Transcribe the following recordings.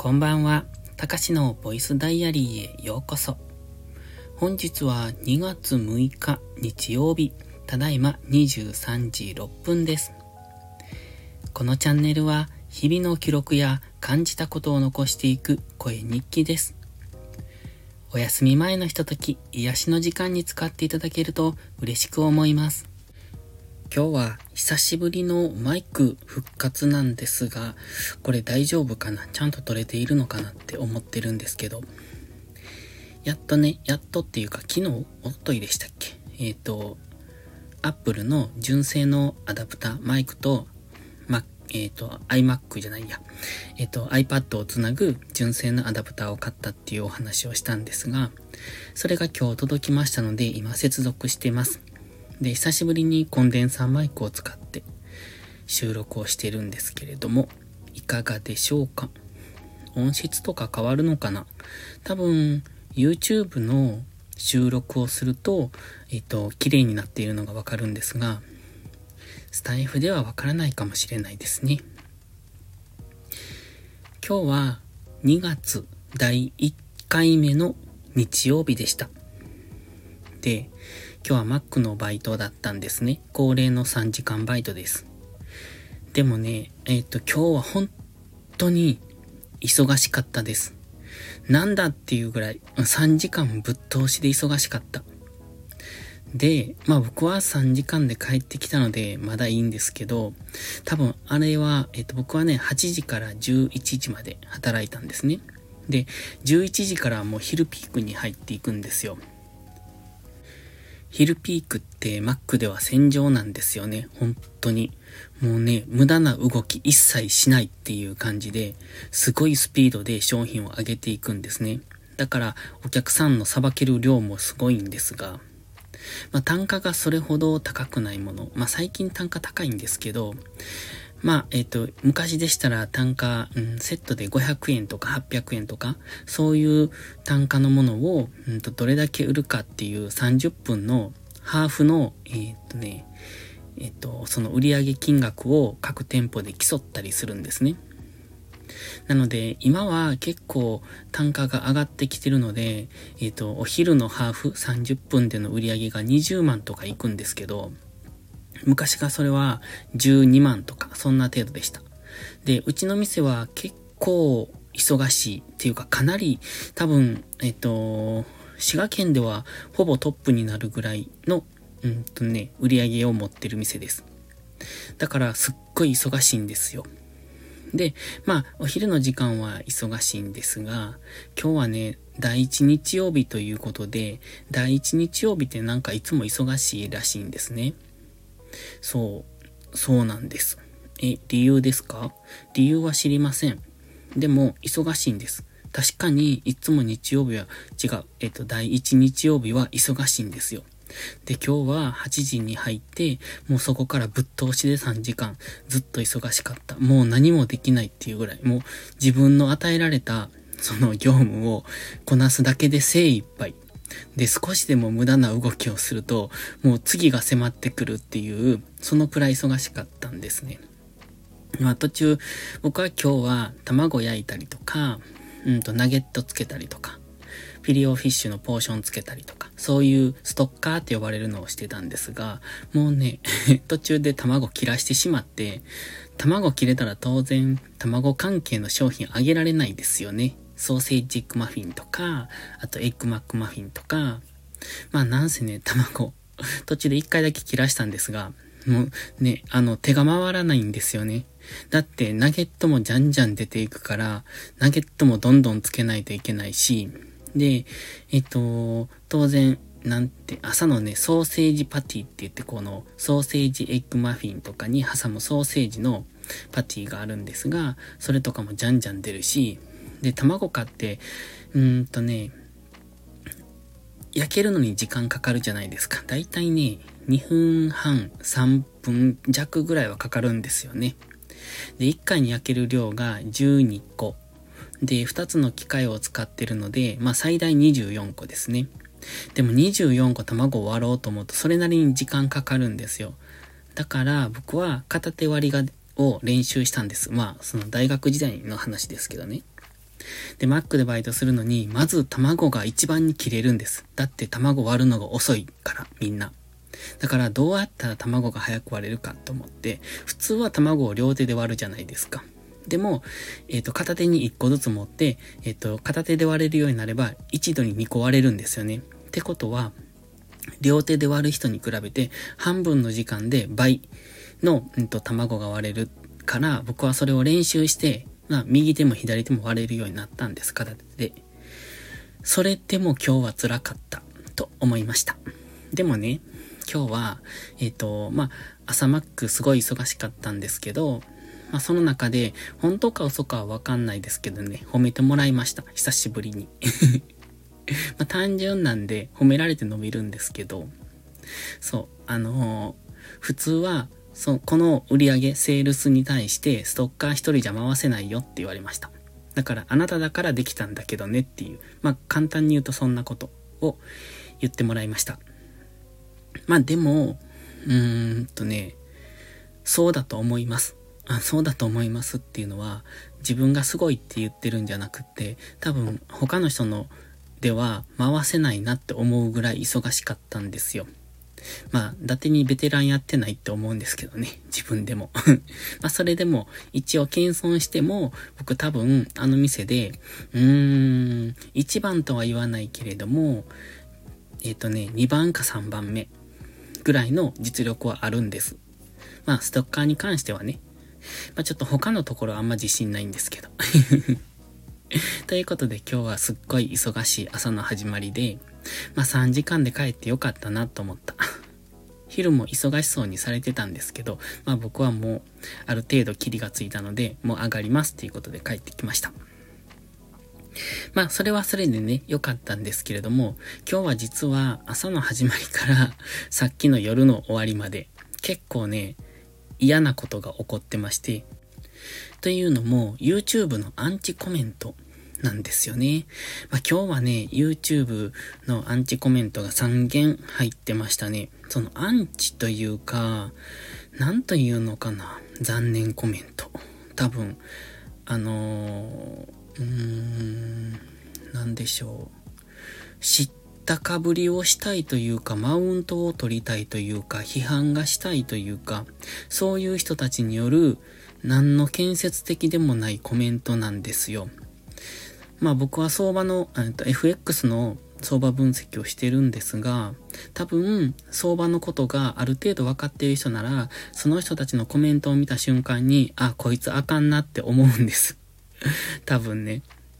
こんばんは。たかしのボイスダイアリーへようこそ。本日は2月6日日曜日、ただいま23時6分です。このチャンネルは日々の記録や感じたことを残していく声日記です。お休み前のひととき、癒しの時間に使っていただけると嬉しく思います。今日は久しぶりのマイク復活なんですが、これ大丈夫かな？ちゃんと撮れているのかなって思ってるんですけど、やっとっていうか昨日、おとといでしたっけ？Apple の純正のアダプター、マイクと、iMac じゃないや、iPad をつなぐ純正のアダプターを買ったっていうお話をしたんですが、それが今日届きましたので、今接続しています。で、久しぶりにコンデンサーマイクを使って収録をしてるんですけれども、いかがでしょうか？音質とか変わるのかな？多分、YouTube の収録をすると、綺麗になっているのがわかるんですが、スタイフではわからないかもしれないですね。今日は2月第1回目の日曜日でした。で、今日は Mac のバイトだったんですね。恒例の3時間バイトです。でもね、今日は本当に忙しかったです。なんだっていうぐらい、3時間ぶっ通しで忙しかった。で、僕は3時間で帰ってきたので、まだいいんですけど、多分あれは、僕はね、8時から11時まで働いたんですね。で、11時からもう昼ピークに入っていくんですよ。昼ピークって Mac では戦場なんですよね。本当に。もうね、無駄な動き一切しないっていう感じで、すごいスピードで商品を上げていくんですね。だからお客さんのさばける量もすごいんですが、単価がそれほど高くないもの。最近単価高いんですけど、昔でしたら単価、セットで500円とか800円とか、そういう単価のものを、どれだけ売るかっていう30分のハーフの、その売上金額を各店舗で競ったりするんですね。なので、今は結構単価が上がってきてるので、お昼のハーフ30分での売り上げが20万とかいくんですけど、昔がそれは12万とか、そんな程度でした。で、うちの店は結構忙しいっていうか、かなり多分、滋賀県ではほぼトップになるぐらいの、売り上げを持ってる店です。だからすっごい忙しいんですよ。で、お昼の時間は忙しいんですが、今日はね、第一日曜日ということで、第一日曜日ってなんかいつも忙しいらしいんですね。そうなんです。理由ですか？理由は知りません。でも、忙しいんです。確かに、いつも日曜日は違う。第一日曜日は忙しいんですよ。で、今日は8時に入って、もうそこからぶっ通しで3時間、ずっと忙しかった。もう何もできないっていうぐらい、もう自分の与えられた、その業務をこなすだけで精一杯。で、少しでも無駄な動きをすると、もう次が迫ってくるっていう、そのくらい忙しかったんですね。途中、僕は今日は卵焼いたりとか、ナゲットつけたりとか、フィリオフィッシュのポーションつけたりとか、そういうストッカーって呼ばれるのをしてたんですが、もうね、途中で卵切らしてしまって、卵切れたら当然、卵関係の商品あげられないですよね。ソーセージエッグマフィンとか、あとエッグマックマフィンとか、なんせね、卵、途中で1回だけ切らしたんですが、もうね、手が回らないんですよね。だって、ナゲットもじゃんじゃん出ていくから、ナゲットもどんどんつけないといけないし、で、当然、朝のね、ソーセージパティって言って、この、ソーセージエッグマフィンとかに挟むソーセージのパティがあるんですが、それとかもじゃんじゃん出るし、で、卵買って、焼けるのに時間かかるじゃないですか。だいたいね、2分半、3分弱ぐらいはかかるんですよね。で、1回に焼ける量が12個。で、2つの機械を使ってるので、最大24個ですね。でも24個卵を割ろうと思うと、それなりに時間かかるんですよ。だから、僕は片手割りを練習したんです。その大学時代の話ですけどね。 で、マックでバイトするのに、まず卵が一番に切れるんです。だって卵割るのが遅いから、みんな。だからどうやったら卵が早く割れるかと思って、普通は卵を両手で割るじゃないですか。でも、片手に1個ずつ持って、片手で割れるようになれば、一度に2個割れるんですよね。ってことは、両手で割る人に比べて、半分の時間で倍の、卵が割れるから、僕はそれを練習して、右手も左手も割れるようになったんです、片手で。それでも今日は辛かった、と思いました。でもね、今日は、朝マックすごい忙しかったんですけど、その中で、本当か嘘かはわかんないですけどね、褒めてもらいました。久しぶりに。単純なんで、褒められて伸びるんですけど、そう、普通は、この売り上げ、セールスに対して、ストッカー一人じゃ回せないよって言われました。だから、あなただからできたんだけどねっていう、簡単に言うとそんなことを言ってもらいました。でも、そうだと思います。そうだと思いますっていうのは、自分がすごいって言ってるんじゃなくって、多分他の人のでは回せないなって思うぐらい忙しかったんですよ。伊達にベテランやってないって思うんですけどね、自分でも。それでも、一応謙遜しても、僕多分あの店で、一番とは言わないけれども、2番か3番目ぐらいの実力はあるんです。ストッカーに関してはね。ちょっと他のところはあんま自信ないんですけど。ということで今日はすっごい忙しい朝の始まりで、3時間で帰ってよかったなと思った。昼も忙しそうにされてたんですけど、僕はもうある程度キリがついたので、もう上がりますっていうことで帰ってきました。それはそれでね、良かったんですけれども、今日は実は朝の始まりからさっきの夜の終わりまで結構ね、嫌なことが起こってまして、というのも YouTube のアンチコメントなんですよね。今日はね、YouTube のアンチコメントが3件入ってましたね。そのアンチというか、なんというのかな、残念コメント。多分、なんでしょう。知ったかぶりをしたいというか、マウントを取りたいというか、批判がしたいというか、そういう人たちによる何の建設的でもないコメントなんですよ。僕は相場の、FX の相場分析をしてるんですが、多分、相場のことがある程度分かっている人なら、その人たちのコメントを見た瞬間に、こいつあかんなって思うんです。多分ね。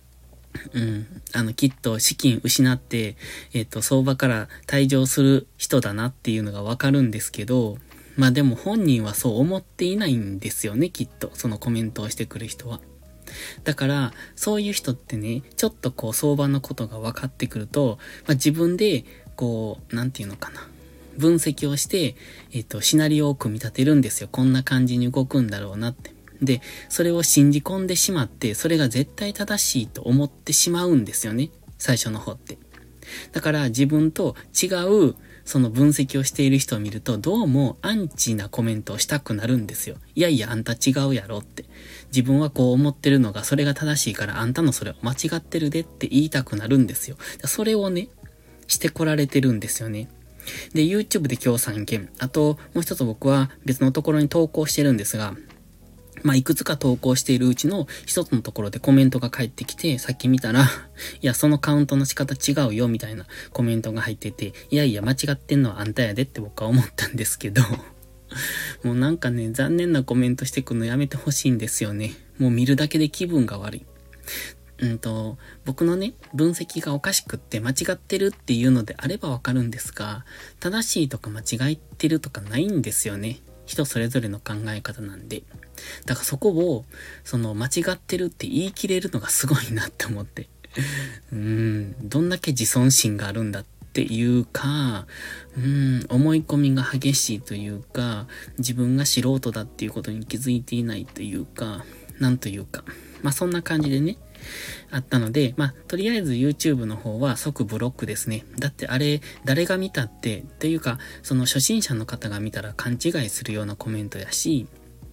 きっと資金失って、相場から退場する人だなっていうのがわかるんですけど、でも本人はそう思っていないんですよね、きっと。そのコメントをしてくる人は。だから、そういう人ってね、ちょっと相場のことが分かってくると、自分で、なんていうのかな。分析をして、シナリオを組み立てるんですよ。こんな感じに動くんだろうなって。で、それを信じ込んでしまって、それが絶対正しいと思ってしまうんですよね。最初の方って。だから自分と違う、その分析をしている人を見ると、どうもアンチなコメントをしたくなるんですよ。いやいや、あんた違うやろって。自分はこう思ってるのが、それが正しいから、あんたのそれは間違ってるでって言いたくなるんですよ。それをね、してこられてるんですよね。で、YouTube で今日3件。あと、もう一つ僕は別のところに投稿してるんですが、いくつか投稿しているうちの一つのところでコメントが返ってきて、さっき見たら、いや、そのカウントの仕方違うよ、みたいなコメントが入ってて、いやいや、間違ってんのはあんたやでって僕は思ったんですけど、もうなんかね、残念なコメントしてくるのやめてほしいんですよね。もう見るだけで気分が悪い。僕のね、分析がおかしくって間違ってるっていうのであればわかるんですが、正しいとか間違ってるとかないんですよね。人それぞれの考え方なんで。だからそこを、間違ってるって言い切れるのがすごいなって思って。どんだけ自尊心があるんだっていうか、思い込みが激しいというか、自分が素人だっていうことに気づいていないというか、なんというか。そんな感じでね、あったので、とりあえず YouTube の方は即ブロックですね。だってあれ、誰が見たって、っていうか、その初心者の方が見たら勘違いするようなコメントやし、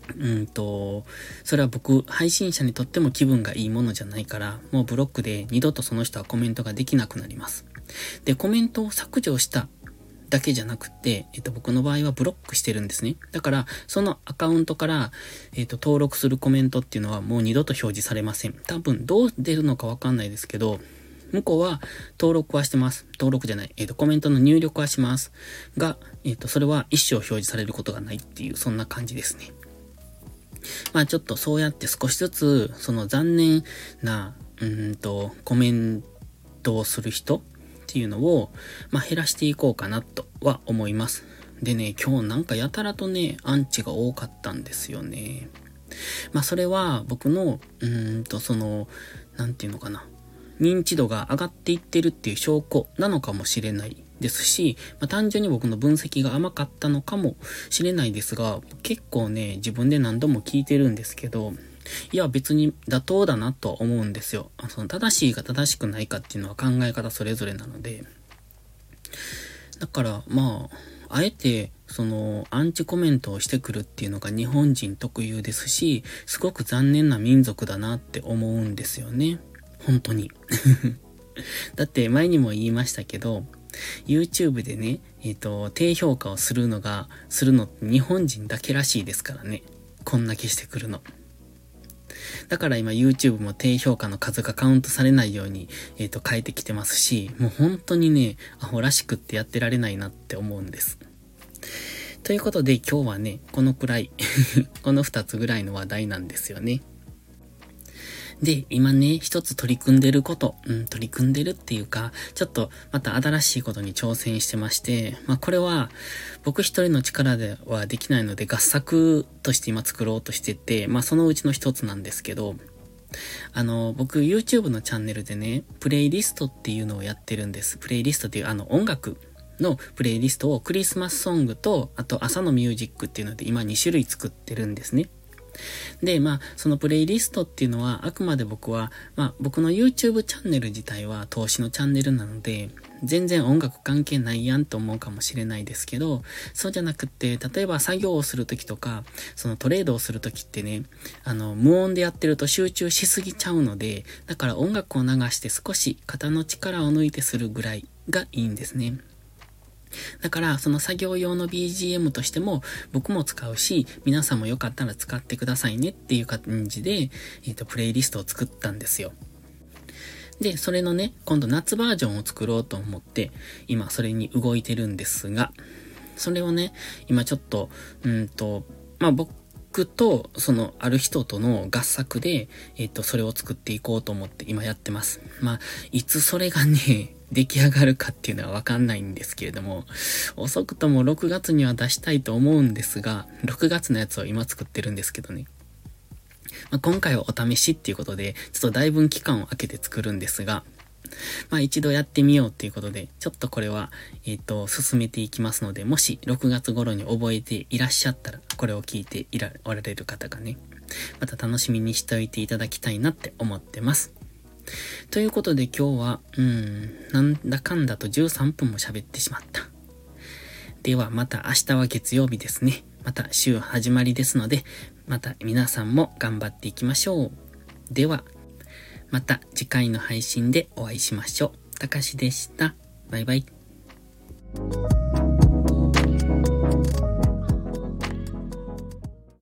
それは僕、配信者にとっても気分がいいものじゃないから、もうブロックで二度とその人はコメントができなくなります。で、コメントを削除しただけじゃなくて、僕の場合はブロックしてるんですね。だから、そのアカウントから、登録するコメントっていうのはもう二度と表示されません。多分、どう出るのかわかんないですけど、向こうは登録はしてます。登録じゃない。コメントの入力はします。が、それは一生表示されることがないっていう、そんな感じですね。まあちょっとそうやって少しずつ、その残念な、コメントをする人っていうのを、まあ減らしていこうかなとは思います。でね、今日なんかやたらとね、アンチが多かったんですよね。まあそれは僕の、なんていうのかな。認知度が上がっていってるっていう証拠なのかもしれないですし、まあ、単純に僕の分析が甘かったのかもしれないですが、結構ね、自分で何度も聞いてるんですけど、いや別に妥当だなとは思うんですよ。その正しいか正しくないかっていうのは考え方それぞれなので。だからまあ、あえて、アンチコメントをしてくるっていうのが日本人特有ですし、すごく残念な民族だなって思うんですよね。本当に。だって前にも言いましたけど、YouTube でね、低評価をするのって日本人だけらしいですからね。こんだけしてくるの。だから今 YouTube も低評価の数がカウントされないように、変えてきてますし、もう本当にね、アホらしくってやってられないなって思うんです。ということで今日はね、このくらい、この2つぐらいの話題なんですよね。で、今ね、一つ取り組んでること、取り組んでるっていうか、ちょっとまた新しいことに挑戦してまして、まあこれは僕一人の力ではできないので合作として今作ろうとしてて、まあそのうちの一つなんですけど、僕 YouTube のチャンネルでね、プレイリストっていうのをやってるんです。プレイリストっていう音楽のプレイリストをクリスマスソングと、あと朝のミュージックっていうので今2種類作ってるんですね。で、まあ、そのプレイリストっていうのは、あくまで僕は、まあ、僕の YouTube チャンネル自体は投資のチャンネルなので、全然音楽関係ないやんと思うかもしれないですけど、そうじゃなくって、例えば作業をするときとか、そのトレードをするときってね、無音でやってると集中しすぎちゃうので、だから音楽を流して少し肩の力を抜いてするぐらいがいいんですね。だから、その作業用の BGM としても僕も使うし、皆さんもよかったら使ってくださいねっていう感じで、プレイリストを作ったんですよ。で、それのね、今度夏バージョンを作ろうと思って、今それに動いてるんですが、それをね、今ちょっと、まあ、僕と、ある人との合作で、それを作っていこうと思って今やってます。まあ、いつそれがね、出来上がるかっていうのはわかんないんですけれども、遅くとも6月には出したいと思うんですが、6月のやつを今作ってるんですけどね。まあ、今回はお試しっていうことで、ちょっとだいぶ期間を空けて作るんですが、まあ一度やってみようっていうことで、ちょっとこれは、進めていきますので、もし6月頃に覚えていらっしゃったら、これを聞いておられる方がね、また楽しみにしておいていただきたいなって思ってます。ということで今日は、なんだかんだと13分も喋ってしまった。ではまた明日は月曜日ですね。また週始まりですので、また皆さんも頑張っていきましょう。では、また次回の配信でお会いしましょう。たかしでした。バイバイ。